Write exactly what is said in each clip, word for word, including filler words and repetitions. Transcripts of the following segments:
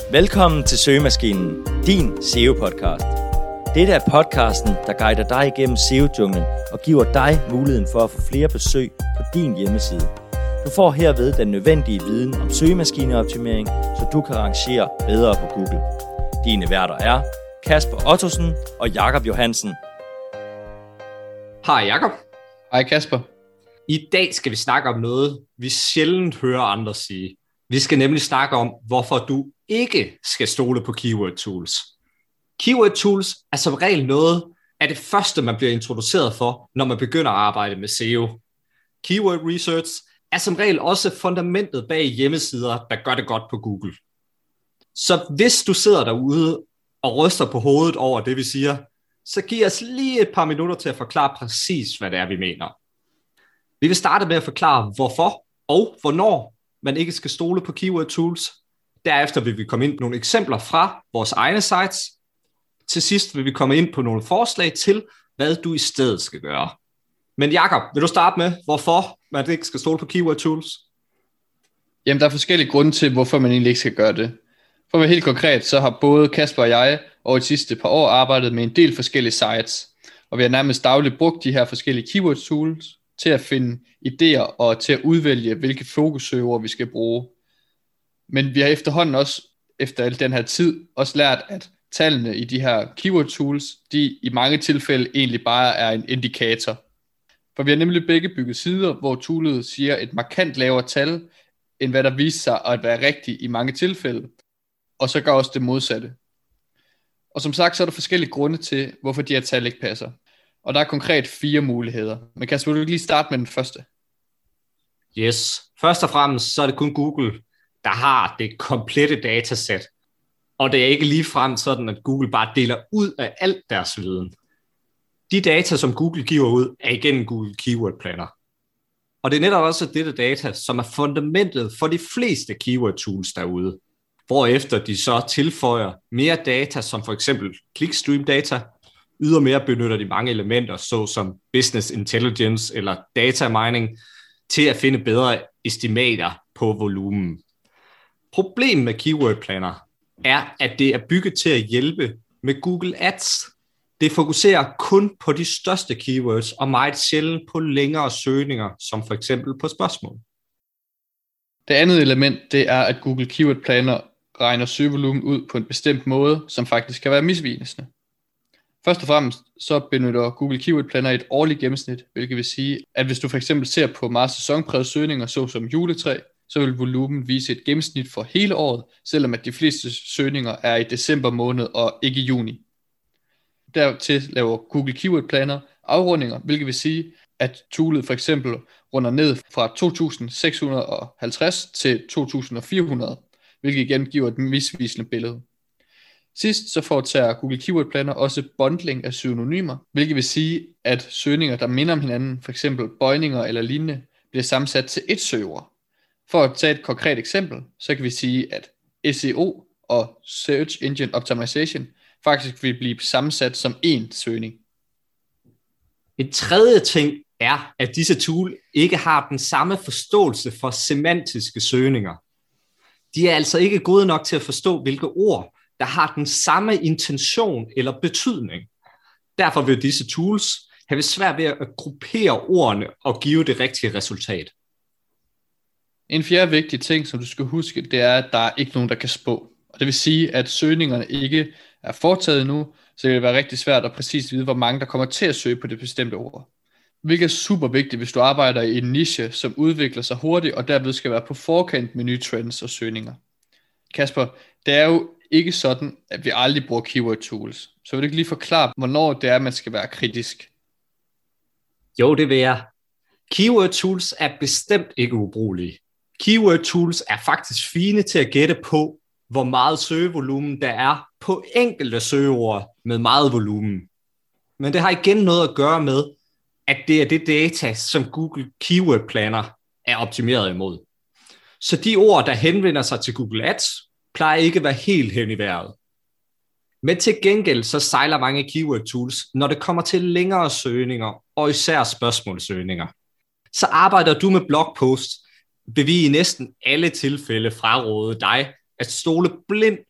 Velkommen til Søgemaskinen, din S E O-podcast. Dette er podcasten, der guider dig igennem S E O-junglen og giver dig muligheden for at få flere besøg på din hjemmeside. Du får herved den nødvendige viden om søgemaskineoptimering, så du kan rangere bedre på Google. Dine værter er Kasper Ottosen og Jakob Johansen. Hej Jakob. Hej Kasper. I dag skal vi snakke om noget, vi sjældent hører andre sige. Vi skal nemlig snakke om, hvorfor du ikke skal stole på keyword tools. Keyword tools er som regel noget af det første, man bliver introduceret for, når man begynder at arbejde med S E O. Keyword research er som regel også fundamentet bag hjemmesider, der gør det godt på Google. Så hvis du sidder derude og ryster på hovedet over det, vi siger, så giv os lige et par minutter til at forklare præcis, hvad det er, vi mener. Vi vil starte med at forklare, hvorfor og hvornår man ikke skal stole på keyword tools. Derefter vil vi komme ind på nogle eksempler fra vores egne sites. Til sidst vil vi komme ind på nogle forslag til, hvad du i stedet skal gøre. Men Jakob, vil du starte med, hvorfor man ikke skal stole på keyword tools? Jamen, der er forskellige grunde til, hvorfor man egentlig ikke skal gøre det. For at være helt konkret, så har både Kasper og jeg over de sidste par år arbejdet med en del forskellige sites. Og vi har nærmest dagligt brugt de her forskellige keyword tools til at finde idéer og til at udvælge, hvilke fokussøger vi skal bruge. Men vi har efterhånden også, efter al den her tid, også lært, at tallene i de her keyword tools, de i mange tilfælde egentlig bare er en indikator. For vi har nemlig begge bygget sider, hvor toolet siger et markant lavere tal, end hvad der viser sig at være rigtigt i mange tilfælde, og så gør også det modsatte. Og som sagt, så er der forskellige grunde til, hvorfor de her tal ikke passer. Og der er konkret fire muligheder. Men Kasper, vil du lige starte med den første? Yes. Først og fremmest, så er det kun Google, der har det komplette datasæt. Og det er ikke ligefrem sådan, at Google bare deler ud af alt deres viden. De data, som Google giver ud, er igen Google Keyword Planner. Og det er netop også dette data, som er fundamentet for de fleste keyword tools derude. Hvorefter de så tilføjer mere data, som for eksempel clickstream data. Ydermere benytter de mange elementer, såsom business intelligence eller data mining, til at finde bedre estimater på volumen. Problemet med Keyword Planner er, at det er bygget til at hjælpe med Google Ads. Det fokuserer kun på de største keywords og meget sjældent på længere søgninger, som for eksempel på spørgsmål. Det andet element, det er, at Google Keyword Planner regner søgevolumen ud på en bestemt måde, som faktisk kan være misvisende. Først og fremmest så benytter Google Keyword Planner et årligt gennemsnit, hvilket vil sige, at hvis du for eksempel ser på meget sæsonprægede søgninger, såsom juletræ, så vil volumen vise et gennemsnit for hele året, selvom at de fleste søgninger er i december måned og ikke i juni. Dertil laver Google Keyword Planner afrundinger, hvilket vil sige, at toolet for eksempel runder ned fra to tusind seks hundrede og halvtreds til to tusind fire hundrede, hvilket igen giver et misvisende billede. Sidst så foretager Google Keyword Planner også bundling af synonymer, hvilket vil sige, at søgninger, der minder om hinanden, f.eks. bøjninger eller lignende, bliver sammensat til et søgeord. For at tage et konkret eksempel, så kan vi sige, at S E O og Search Engine Optimization faktisk vil blive sammensat som én søgning. En tredje ting er, at disse tools ikke har den samme forståelse for semantiske søgninger. De er altså ikke gode nok til at forstå, hvilke ord der har den samme intention eller betydning. Derfor vil disse tools have svært ved at gruppere ordene og give det rigtige resultat. En fjerde vigtig ting, som du skal huske, det er, at der er ikke nogen, der kan spå. Og det vil sige, at søgningerne ikke er foretaget endnu, så det vil være rigtig svært at præcis vide, hvor mange der kommer til at søge på det bestemte ord. Hvilket er super vigtigt, hvis du arbejder i en niche, som udvikler sig hurtigt, og derved skal være på forkant med nye trends og søgninger. Kasper, det er jo ikke sådan, at vi aldrig bruger keyword tools. Så vil du ikke lige forklare, hvornår det er, at man skal være kritisk? Jo, det vil jeg. Keyword tools er bestemt ikke ubrugelige. Keyword tools er faktisk fine til at gætte på, hvor meget søgevolumen der er på enkelte søgeord med meget volumen. Men det har igen noget at gøre med, at det er det data, som Google Keyword Planner er optimeret imod. Så de ord, der henvender sig til Google Ads, plejer ikke at være helt hen i vejret. Men til gengæld så sejler mange keyword tools, når det kommer til længere søgninger, og især spørgsmålsøgninger. Så arbejder du med blogpost, vil vi i næsten alle tilfælde fraråde dig at stole blindt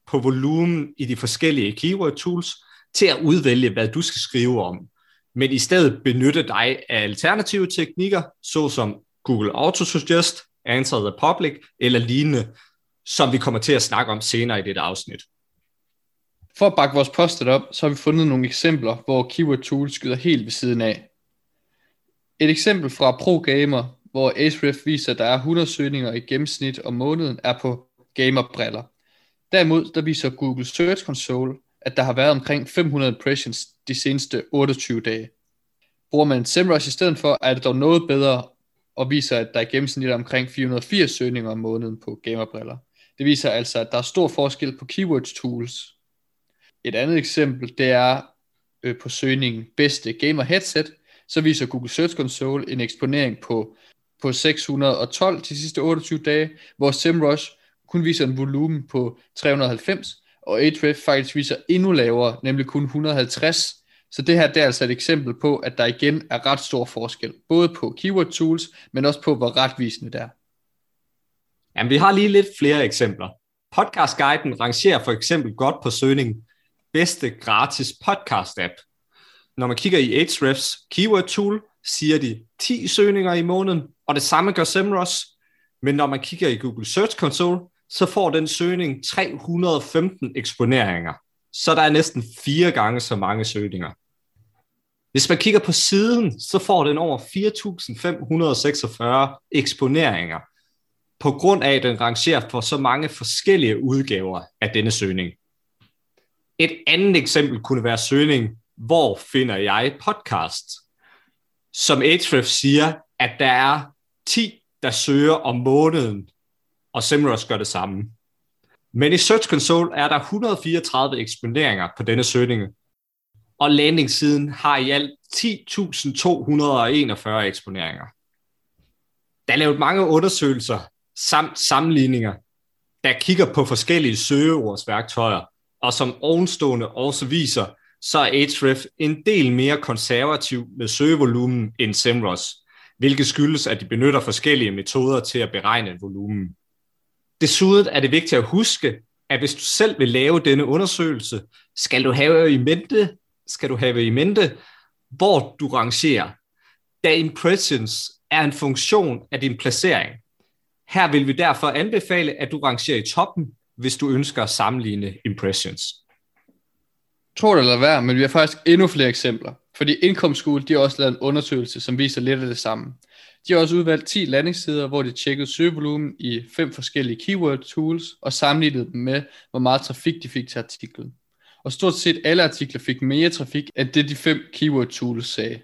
på volumen i de forskellige keyword tools til at udvælge, hvad du skal skrive om, men i stedet benytte dig af alternative teknikker, såsom Google Autosuggest, Answer the Public eller lignende, som vi kommer til at snakke om senere i dette afsnit. For at bakke vores postet op, så har vi fundet nogle eksempler, hvor keyword tools skyder helt ved siden af. Et eksempel fra ProGamer, hvor Ahrefs viser, at der er hundrede søgninger i gennemsnit om måneden, er på gamerbriller. Derimod der viser Google Search Console, at der har været omkring fem hundrede impressions de seneste otteogtyve dage. Bruger man SEMrush i stedet for, er det dog noget bedre og viser, at der i gennemsnit er omkring fire hundrede og firs søgninger om måneden på gamerbriller. Det viser altså, at der er stor forskel på keywords tools. Et andet eksempel, det er øh, på søgningen bedste gamer headset, så viser Google Search Console en eksponering på, på seks hundrede og tolv de sidste otteogtyve dage, hvor SEMrush kun viser en volumen på tre hundrede og halvfems, og Ahrefs faktisk viser endnu lavere, nemlig kun et hundrede og halvtreds. Så det her det er altså et eksempel på, at der igen er ret stor forskel, både på keyword tools, men også på, hvor retvisende det er. Jamen, vi har lige lidt flere eksempler. Podcastguiden rangerer for eksempel godt på søgningen bedste gratis podcast app. Når man kigger i Ahrefs keyword tool, siger de ti søgninger i måneden, og det samme gør SEMrush. Men når man kigger i Google Search Console, så får den søgning tre hundrede og femten eksponeringer. Så der er næsten fire gange så mange søgninger. Hvis man kigger på siden, så får den over fire tusind fem hundrede og seksogfyrre eksponeringer, på grund af, at den rangerer for så mange forskellige udgaver af denne søgning. Et andet eksempel kunne være søgning, hvor finder jeg podcast? Som Ahrefs siger, at der er ti, der søger om måneden, og SEMrush gør det samme. Men i Search Console er der et hundrede og fireogtredive eksponeringer på denne søgning, og landingssiden har i alt ti tusind to hundrede og enogfyrre eksponeringer. Der er lavet mange undersøgelser samt sammenligninger, der kigger på forskellige søgeordsværktøjer, og som ovenstående også viser, så er Ahrefs en del mere konservativ med søgevolumen end SEMrush, hvilket skyldes, at de benytter forskellige metoder til at beregne volumen. Desuden er det vigtigt at huske, at hvis du selv vil lave denne undersøgelse, skal du have i mente, skal du have i mente, hvor du rangerer, da impressions er en funktion af din placering. Her vil vi derfor anbefale, at du rangerer i toppen, hvis du ønsker at sammenligne impressions. Tror det eller hvad, men vi har faktisk endnu flere eksempler, fordi Income School de har også lavet en undersøgelse, som viser lidt af det samme. De har også udvalgt ti landingssider, hvor de tjekkede søgevolumen i fem forskellige keyword tools og sammenlignede dem med, hvor meget trafik de fik til artiklen. Og stort set alle artikler fik mere trafik, end det de fem keyword tools sagde.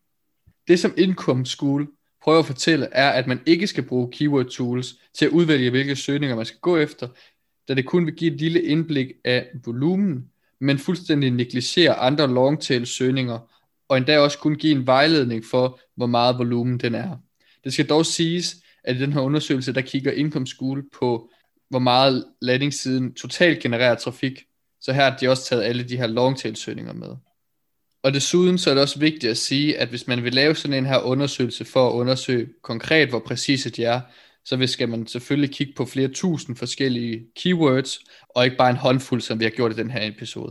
Det som Income School prøver at fortælle er, at man ikke skal bruge keyword tools til at udvælge, hvilke søgninger man skal gå efter, da det kun vil give et lille indblik af volumen, men fuldstændig negligere andre longtail søgninger, og endda også kun give en vejledning for, hvor meget volumen den er. Det skal dog siges, at i den her undersøgelse, der kigger Income School på, hvor meget landingssiden totalt genererer trafik, så her har de også taget alle de her longtail søgninger med. Og desuden så er det også vigtigt at sige, at hvis man vil lave sådan en her undersøgelse for at undersøge konkret, hvor præcise de er, så skal man selvfølgelig kigge på flere tusind forskellige keywords, og ikke bare en håndfuld, som vi har gjort i den her episode.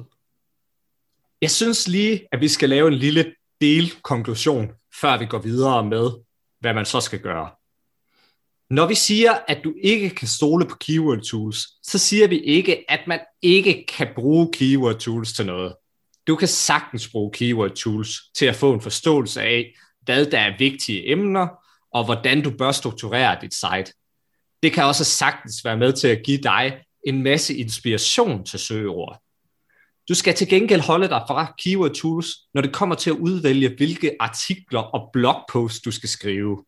Jeg synes lige, at vi skal lave en lille delkonklusion, før vi går videre med, hvad man så skal gøre. Når vi siger, at du ikke kan stole på keyword tools, så siger vi ikke, at man ikke kan bruge keyword tools til noget. Du kan sagtens bruge keyword tools til at få en forståelse af, hvad der er vigtige emner, og hvordan du bør strukturere dit site. Det kan også sagtens være med til at give dig en masse inspiration til søgeord. Du skal til gengæld holde dig fra keyword tools, når det kommer til at udvælge, hvilke artikler og blogposts du skal skrive.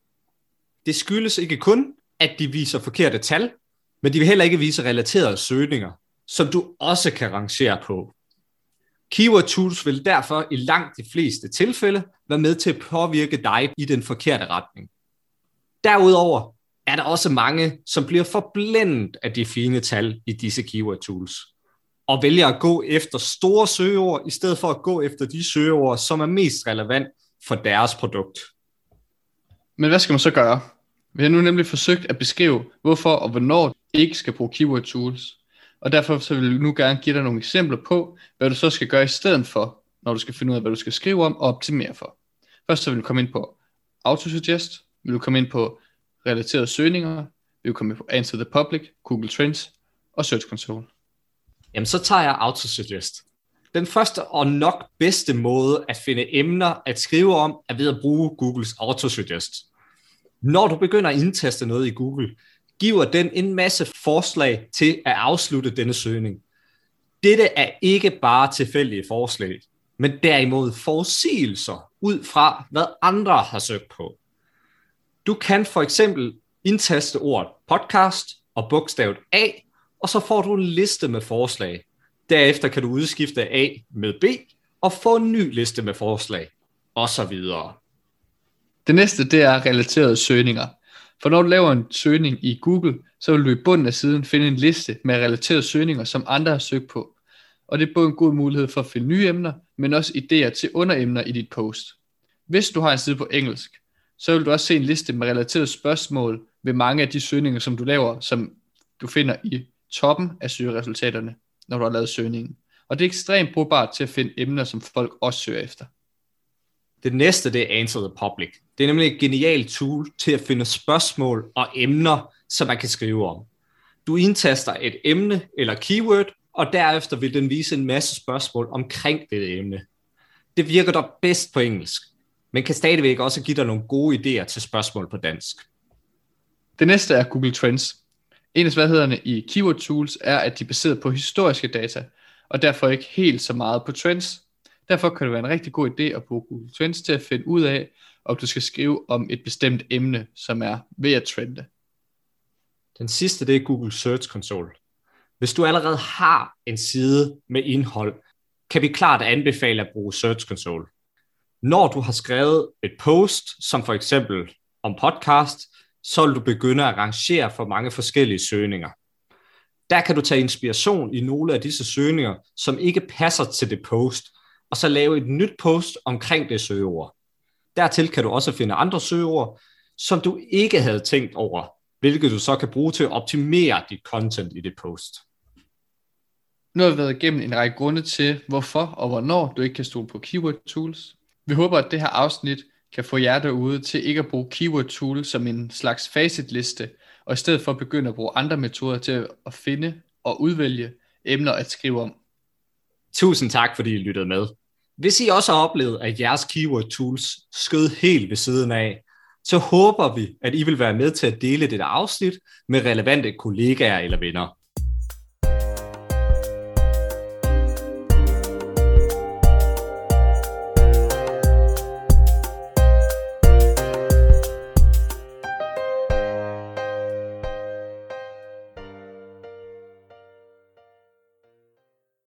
Det skyldes ikke kun, at de viser forkerte tal, men de vil heller ikke vise relaterede søgninger, som du også kan rangere på. Keyword tools vil derfor i langt de fleste tilfælde være med til at påvirke dig i den forkerte retning. Derudover er der også mange, som bliver forblændet af de fine tal i disse keyword tools, og vælger at gå efter store søgeord, i stedet for at gå efter de søgeord, som er mest relevant for deres produkt. Men hvad skal man så gøre? Vi har nu nemlig forsøgt at beskrive, hvorfor og hvornår du ikke skal bruge keyword tools. Og derfor så vil jeg nu gerne give dig nogle eksempler på, hvad du så skal gøre i stedet for, når du skal finde ud af, hvad du skal skrive om og optimere for. Først så vil du komme ind på Autosuggest, vil du komme ind på relaterede søgninger, vil du komme ind på Answer the Public, Google Trends og Search Console. Jamen så tager jeg Autosuggest. Den første og nok bedste måde at finde emner at skrive om, er ved at bruge Googles Autosuggest. Når du begynder at indtaste noget i Google, giver den en masse forslag til at afslutte denne søgning. Dette er ikke bare tilfældige forslag, men derimod forudsigelser ud fra, hvad andre har søgt på. Du kan for eksempel indtaste ordet podcast og bogstavet A, og så får du en liste med forslag. Derefter kan du udskifte A med B og få en ny liste med forslag, og så videre. Det næste, det er relaterede søgninger. For når du laver en søgning i Google, så vil du i bunden af siden finde en liste med relaterede søgninger, som andre har søgt på. Og det er både en god mulighed for at finde nye emner, men også idéer til underemner i dit post. Hvis du har en side på engelsk, så vil du også se en liste med relaterede spørgsmål ved mange af de søgninger, som du laver, som du finder i toppen af søgeresultaterne, når du har lavet søgningen. Og det er ekstremt brugbart til at finde emner, som folk også søger efter. Det næste, det er Answer the Public. Det er nemlig et genialt tool til at finde spørgsmål og emner, som man kan skrive om. Du indtaster et emne eller keyword, og derefter vil den vise en masse spørgsmål omkring det emne. Det virker dog bedst på engelsk, men kan stadigvæk også give dig nogle gode idéer til spørgsmål på dansk. Det næste er Google Trends. En af svaghederne i Keyword Tools er, at de er baseret på historiske data, og derfor ikke helt så meget på trends. Derfor kan det være en rigtig god idé at bruge Google Trends til at finde ud af, om du skal skrive om et bestemt emne, som er ved at trende. Den sidste, det er Google Search Console. Hvis du allerede har en side med indhold, kan vi klart anbefale at bruge Search Console. Når du har skrevet et post, som for eksempel om podcast, så vil du begynde at rangere for mange forskellige søgninger. Der kan du tage inspiration i nogle af disse søgninger, som ikke passer til det post, og så lave et nyt post omkring det søgeord. Dertil kan du også finde andre søgeord, som du ikke havde tænkt over, hvilket du så kan bruge til at optimere dit content i det post. Nu har vi været igennem en række grunde til, hvorfor og hvornår du ikke kan stole på Keyword Tools. Vi håber, at det her afsnit kan få jer derude til ikke at bruge Keyword Tools som en slags facitliste, og i stedet for at begynde at bruge andre metoder til at finde og udvælge emner at skrive om. Tusind tak, fordi I lyttede med. Hvis I også har oplevet, at jeres Keyword Tools skød helt ved siden af, så håber vi, at I vil være med til at dele dette afsnit med relevante kollegaer eller venner.